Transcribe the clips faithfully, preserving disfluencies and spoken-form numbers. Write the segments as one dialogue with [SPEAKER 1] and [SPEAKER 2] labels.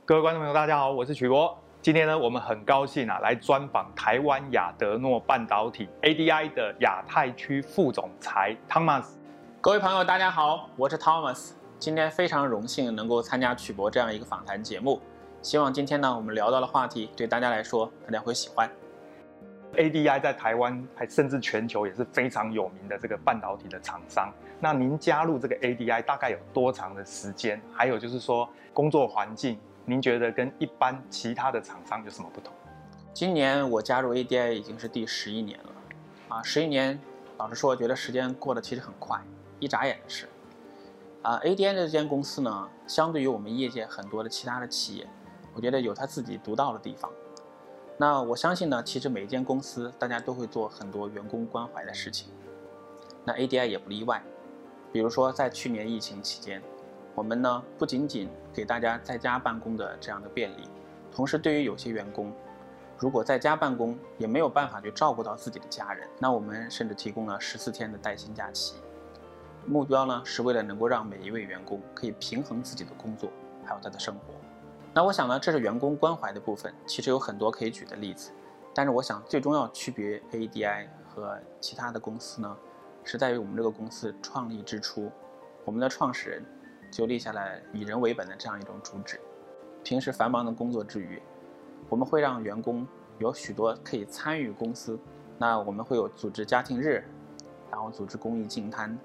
[SPEAKER 1] 各位观众朋友，大家好，我是曲博。今天呢，我们很高兴啊，来专访台湾亚德诺半导体 A D I 的亚太区副总裁 Thomas。
[SPEAKER 2] 各位朋友，大家好，我是 Thomas。今天非常荣幸能够参加曲博这样一个访谈节目，希望今天呢，我们聊到的话题对大家来说，大家会喜欢。
[SPEAKER 1] A D I 在台湾还甚至全球也是非常有名的这个半导体的厂商。那您加入这个 A D I 大概有多长的时间？还有就是说工作环境，您觉得跟一般其他的厂商有什么不同？
[SPEAKER 2] 今年我加入 A D I 已经是第十一年了，啊，十一年，老实说，我觉得时间过得其实很快，一眨眼的事。啊 ，A D I 这间公司呢，相对于我们业界很多的其他的企业，我觉得有它自己独到的地方。那我相信呢，其实每一间公司大家都会做很多员工关怀的事情，那 A D I 也不例外。比如说在去年疫情期间，我们呢不仅仅给大家在家办公的这样的便利，同时对于有些员工，如果在家办公也没有办法去照顾到自己的家人，那我们甚至提供了十四天的带薪假期。目标呢是为了能够让每一位员工可以平衡自己的工作还有他的生活。那我想呢，这是员工关怀的部分，其实有很多可以举的例子，但是我想最重要区别 A D I 和其他的公司呢，是在于我们这个公司创立之初，我们的创始人就立下来以人为本的这样一种主旨。平时繁忙的工作之余，我们会让员工有许多可以参与公司，那我们会有组织家庭日，然后组织公益净摊。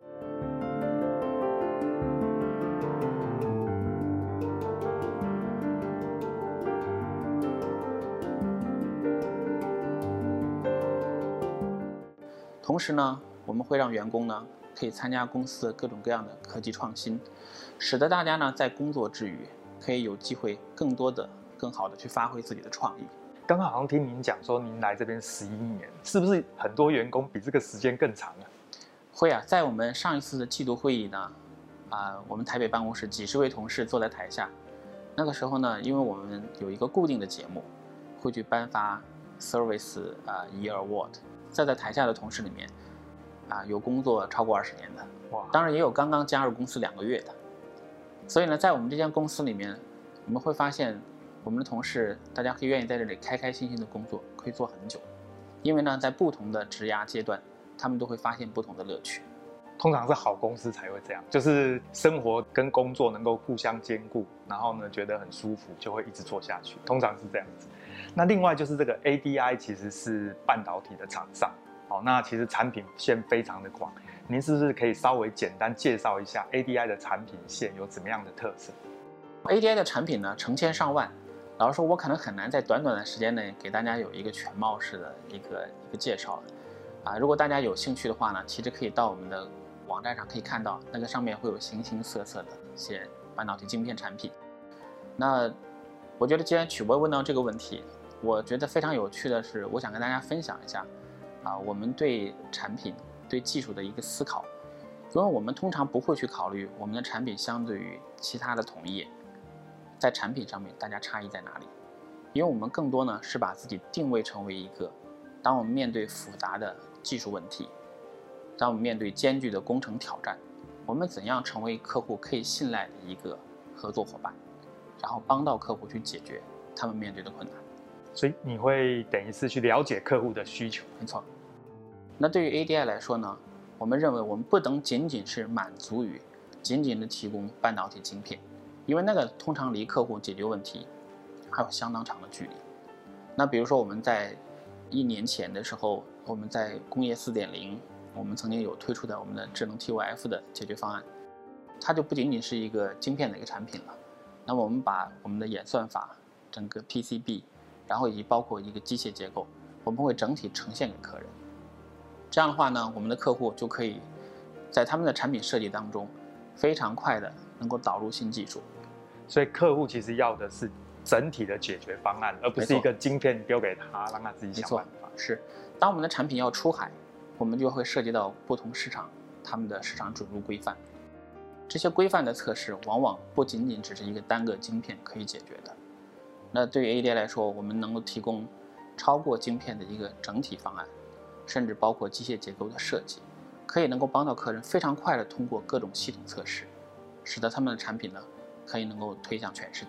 [SPEAKER 2] 同时呢，我们会让员工呢可以参加公司的各种各样的科技创新，使得大家呢在工作之余可以有机会更多的、更好的去发挥自己的创意。
[SPEAKER 1] 刚刚好像听您讲说，您来这边十一年，是不是很多员工比这个时间更长啊？
[SPEAKER 2] 会啊，在我们上一次的季度会议呢，啊、呃，我们台北办公室几十位同事坐在台下，那个时候呢，因为我们有一个固定的节目，会去颁发 Service 啊、呃、Year Award。在在台下的同事里面，啊，有工作超过二十年的，哇，当然也有刚刚加入公司两个月的。所以呢，在我们这间公司里面，我们会发现，我们的同事大家可以愿意在这里开开心心的工作，可以做很久。因为呢，在不同的职涯阶段，他们都会发现不同的乐趣。
[SPEAKER 1] 通常是好公司才会这样，就是生活跟工作能够互相兼顾，然后呢觉得很舒服，就会一直做下去。通常是这样子。那另外就是这个 A D I 其实是半导体的厂商，哦，那其实产品线非常的广。您是不是可以稍微简单介绍一下 A D I 的产品线有怎么样的特色
[SPEAKER 2] ？A D I 的产品呢成千上万，老实说，我可能很难在短短的时间内给大家有一个全貌式的一个一个介绍了。啊，如果大家有兴趣的话呢，其实可以到我们的网站上可以看到，那个上面会有形形色色的一些半导体晶片产品。那我觉得既然曲博问到这个问题，我觉得非常有趣的是，我想跟大家分享一下，啊，我们对产品、对技术的一个思考。因为我们通常不会去考虑我们的产品相对于其他的同业，在产品上面大家差异在哪里？因为我们更多呢是把自己定位成为一个，当我们面对复杂的技术问题，当我们面对艰巨的工程挑战，我们怎样成为客户可以信赖的一个合作伙伴，然后帮到客户去解决他们面对的困难。
[SPEAKER 1] 所以你会等于是去了解客户的需求。
[SPEAKER 2] 没错。那对于 A D I 来说呢，我们认为我们不能仅仅是满足于仅仅的提供半导体晶片，因为那个通常离客户解决问题还有相当长的距离。那比如说我们在一年前的时候，我们在工业 四点零， 我们曾经有推出的我们的智能 T O F 的解决方案，它就不仅仅是一个晶片的一个产品了。那么我们把我们的演算法、整个 P C B， 然后以及包括一个机械结构，我们会整体呈现给客人。这样的话呢，我们的客户就可以在他们的产品设计当中非常快的能够导入新技术。
[SPEAKER 1] 所以客户其实要的是整体的解决方案，而不是一个晶片丢给他让他自己想办法。
[SPEAKER 2] 是，当我们的产品要出海，我们就会涉及到不同市场他们的市场准入规范。这些规范的测试往往不仅仅只是一个单个晶片可以解决的。那对于 A D I 来说，我们能够提供超过晶片的一个整体方案，甚至包括机械结构的设计，可以能够帮到客人非常快的通过各种系统测试，使得他们的产品呢可以能够推向全世界。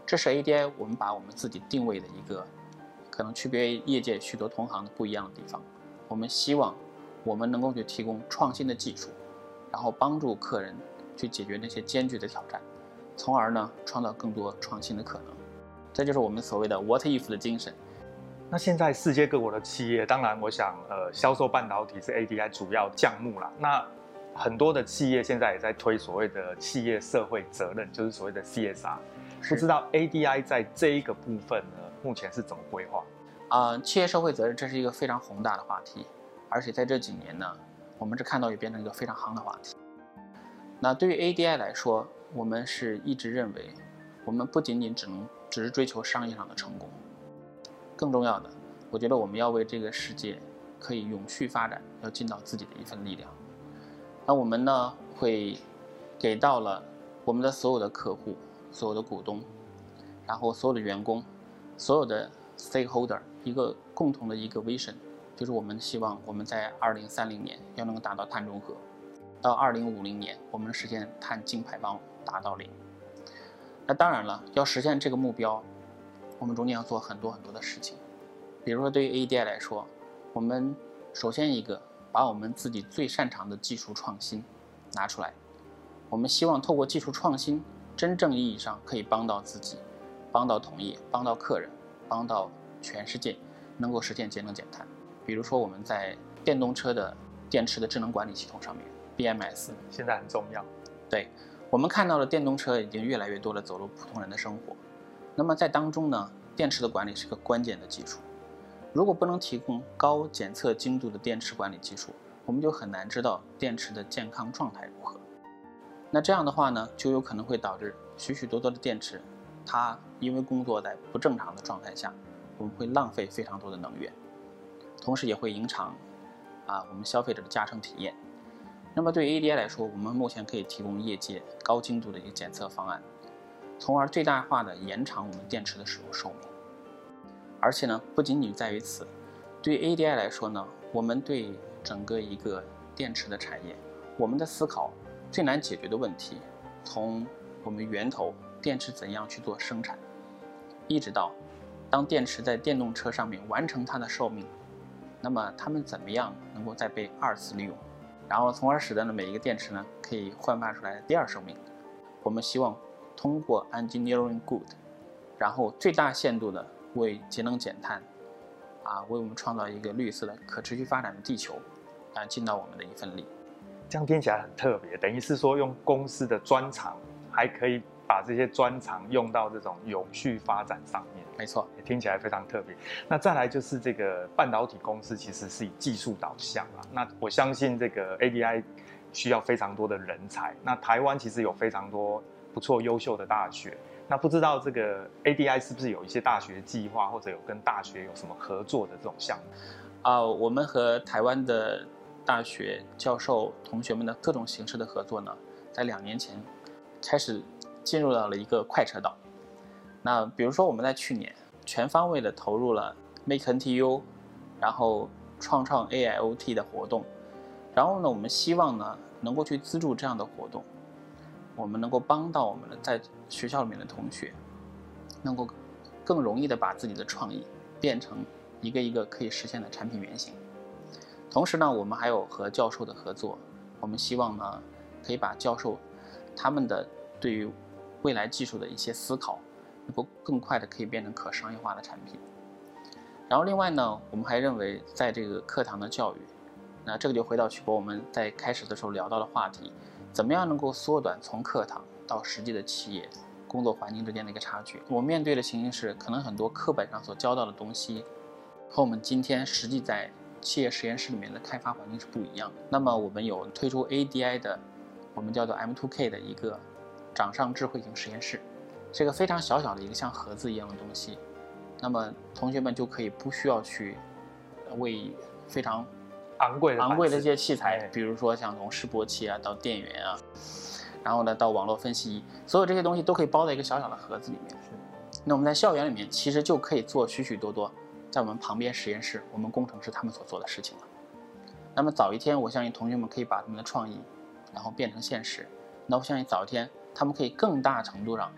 [SPEAKER 2] 这是 A D I 我们把我们自己定位的一个可能区别于业界许多同行的不一样的地方。我们希望我们能够去提供创新的技术，然后帮助客人去解决那些艰巨的挑战，从而呢创造更多创新的可能。这就是我们所谓的 What if 的精神。
[SPEAKER 1] 那现在世界各国的企业，当然我想呃销售半导体是 A D I 主要项目啦。那很多的企业现在也在推所谓的企业社会责任，就是所谓的 C S R。不知道 A D I 在这一个部分呢，目前是怎么规划？
[SPEAKER 2] 啊、呃，企业社会责任这是一个非常宏大的话题，而且在这几年呢，我们是看到也变成一个非常夯的话题。那对于 A D I 来说，我们是一直认为，我们不仅仅只能只是追求商业上的成功，更重要的，我觉得我们要为这个世界可以永续发展，要尽到自己的一份力量。那我们呢，会给到了我们的所有的客户、所有的股东，然后所有的员工、所有的 stakeholder 一个共同的一个 vision， 就是我们希望我们在二零三零年要能够达到碳中和，到二零五零年我们实现碳净排放达到零。那当然了，要实现这个目标，我们中间要做很多很多的事情。比如说对于 A D I 来说，我们首先一个把我们自己最擅长的技术创新拿出来，我们希望透过技术创新，真正意义上可以帮到自己，帮到同业，帮到客人，帮到全世界，能够实现节能减碳。比如说我们在电动车的电池的智能管理系统上面 B M S
[SPEAKER 1] 现在很重要。
[SPEAKER 2] 对，我们看到了电动车已经越来越多的走入普通人的生活。那么在当中呢，电池的管理是个关键的技术。如果不能提供高检测精度的电池管理技术，我们就很难知道电池的健康状态如何。那这样的话呢，就有可能会导致许许多多的电池，它因为工作在不正常的状态下，我们会浪费非常多的能源，同时也会影响啊我们消费者的驾乘体验。那么对于 A D I 来说，我们目前可以提供业界高精度的一个检测方案，从而最大化的延长我们电池的使用寿命。而且呢，不仅仅在于此，对于 A D I 来说呢，我们对整个一个电池的产业，我们的思考最难解决的问题，从我们源头电池怎样去做生产，一直到当电池在电动车上面完成它的寿命，那么它们怎么样能够再被二次利用，然后从而使得呢每一个电池呢可以焕发出来的第二寿命。我们希望通过 engineering good， 然后最大限度的为节能减碳，啊，为我们创造一个绿色的可持续发展的地球，啊，尽到我们的一份力。
[SPEAKER 1] 这样听起来很特别，等于是说用公司的专长，还可以把这些专长用到这种永续发展上面。
[SPEAKER 2] 没错，
[SPEAKER 1] 也听起来非常特别。那再来就是这个半导体公司其实是以技术导向啦。那我相信这个 A D I 需要非常多的人才。那台湾其实有非常多不错优秀的大学。那不知道这个 A D I 是不是有一些大学计划，或者有跟大学有什么合作的这种项目？
[SPEAKER 2] 啊、呃，我们和台湾的大学教授同学们的各种形式的合作呢，在两年前开始进入到了一个快车道。那比如说我们在去年全方位的投入了 Make N T U， 然后创创 A I O T 的活动，然后呢，我们希望呢能够去资助这样的活动，我们能够帮到我们的在学校里面的同学，能够更容易的把自己的创意变成一个一个可以实现的产品原型。同时呢，我们还有和教授的合作，我们希望呢可以把教授他们的对于未来技术的一些思考，能够更快的可以变成可商业化的产品。然后另外呢，我们还认为在这个课堂的教育，那这个就回到曲博我们在开始的时候聊到的话题，怎么样能够缩短从课堂到实际的企业工作环境之间的一个差距。我面对的情形是，可能很多课本上所教到的东西和我们今天实际在企业实验室里面的开发环境是不一样的。那么我们有推出 A D I 的，我们叫做 M 二 K 的一个掌上智慧型实验室，是一个非常小小的一个像盒子一样的东西。那么同学们就可以不需要去为非常
[SPEAKER 1] 昂贵的
[SPEAKER 2] 昂贵的这些器材，比如说像从示波器啊到电源啊，然后呢到网络分析仪，所有这些东西都可以包在一个小小的盒子里面。那我们在校园里面其实就可以做许许多多在我们旁边实验室我们工程师他们所做的事情了。那么早一天，我相信同学们可以把他们的创意然后变成现实。那我相信早一天他们可以更大程度上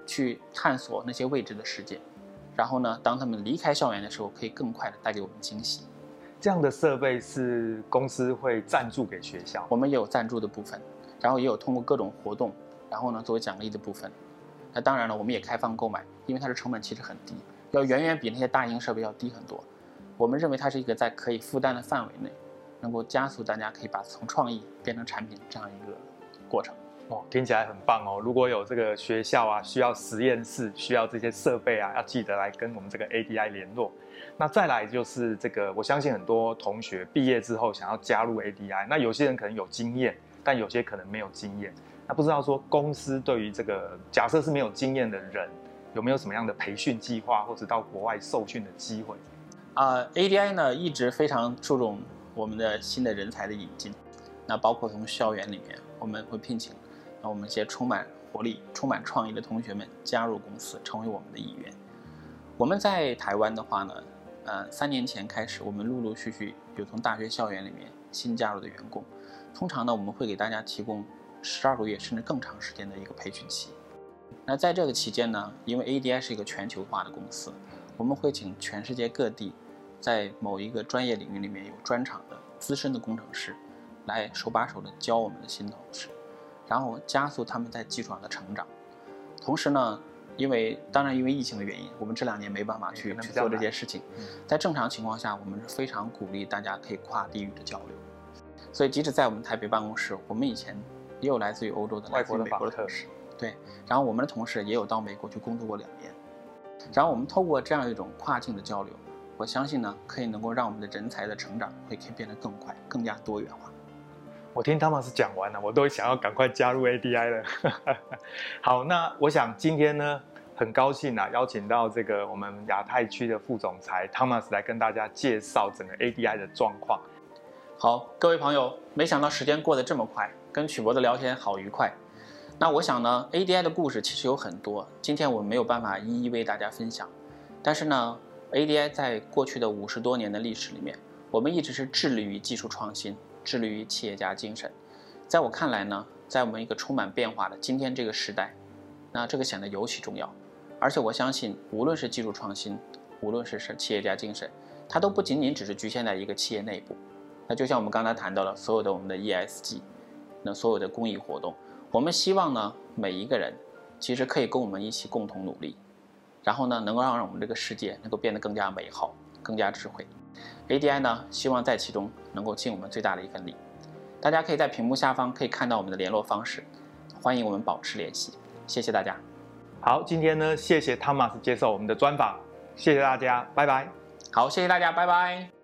[SPEAKER 2] 去探索那些未知的世界，然后呢，当他们离开校园的时候，可以更快的带给我们惊喜。
[SPEAKER 1] 这样的设备是公司会赞助给学校？
[SPEAKER 2] 我们也有赞助的部分，然后也有通过各种活动，然后呢作为奖励的部分。那当然了，我们也开放购买，因为它的成本其实很低，要远远比那些大型设备要低很多。我们认为它是一个在可以负担的范围内，能够加速大家可以把从创意变成产品这样一个过程。
[SPEAKER 1] 哦，听起来很棒哦！如果有这个学校啊，需要实验室，需要这些设备啊，要记得来跟我们这个 A D I 联络。那再来就是这个，我相信很多同学毕业之后想要加入 A D I， 那有些人可能有经验，但有些可能没有经验。那不知道说公司对于这个假设是没有经验的人，有没有什么样的培训计划，或者到国外受训的机会？
[SPEAKER 2] 啊、呃、，A D I 呢一直非常注重我们的新的人才的引进，那包括从校园里面我们会聘请。我们一些充满活力、充满创意的同学们加入公司，成为我们的一员。我们在台湾的话呢，呃，三年前开始，我们陆陆续续有从大学校园里面新加入的员工。通常呢，我们会给大家提供十二个月甚至更长时间的一个培训期。那在这个期间呢，因为 A D I 是一个全球化的公司，我们会请全世界各地在某一个专业领域里面有专长的资深的工程师，来手把手的教我们的新同事。然后加速他们在技术上的成长，同时呢，因为当然因为疫情的原因，我们这两年没办法去去做这些事情。在正常情况下，我们是非常鼓励大家可以跨地域的交流。所以即使在我们台北办公室，我们以前也有来自于欧洲的、
[SPEAKER 1] 外国的
[SPEAKER 2] 美国的同事，对，然后我们的同事也有到美国去工作过两年。然后我们透过这样一种跨境的交流，我相信呢，可以能够让我们的人才的成长会可以变得更快、更加多元化。
[SPEAKER 1] 我听汤马斯讲完了，我都想要赶快加入 A D I 了。好，那我想今天呢，很高兴啊，邀请到这个我们亚太区的副总裁汤马斯来跟大家介绍整个 A D I 的状况。
[SPEAKER 2] 好，各位朋友，没想到时间过得这么快，跟曲博的聊天好愉快。那我想呢 ，A D I 的故事其实有很多，今天我们没有办法一一为大家分享。但是呢 ，A D I 在过去的五十多年的历史里面，我们一直是致力于技术创新。致力于企业家精神，在我看来呢，在我们一个充满变化的今天这个时代，那这个显得尤其重要。而且我相信，无论是技术创新，无论是是企业家精神，它都不仅仅只是局限在一个企业内部。那就像我们刚才谈到了所有的我们的 E S G， 那所有的公益活动，我们希望呢，每一个人其实可以跟我们一起共同努力，然后呢，能够让我们这个世界能够变得更加美好，更加智慧。A D I 呢，希望在其中能够尽我们最大的一份力。大家可以在屏幕下方可以看到我们的联络方式，欢迎我们保持联系。谢谢大家。
[SPEAKER 1] 好，今天呢，谢谢汤马斯接受我们的专访，谢谢大家，拜拜。
[SPEAKER 2] 好，谢谢大家，拜拜。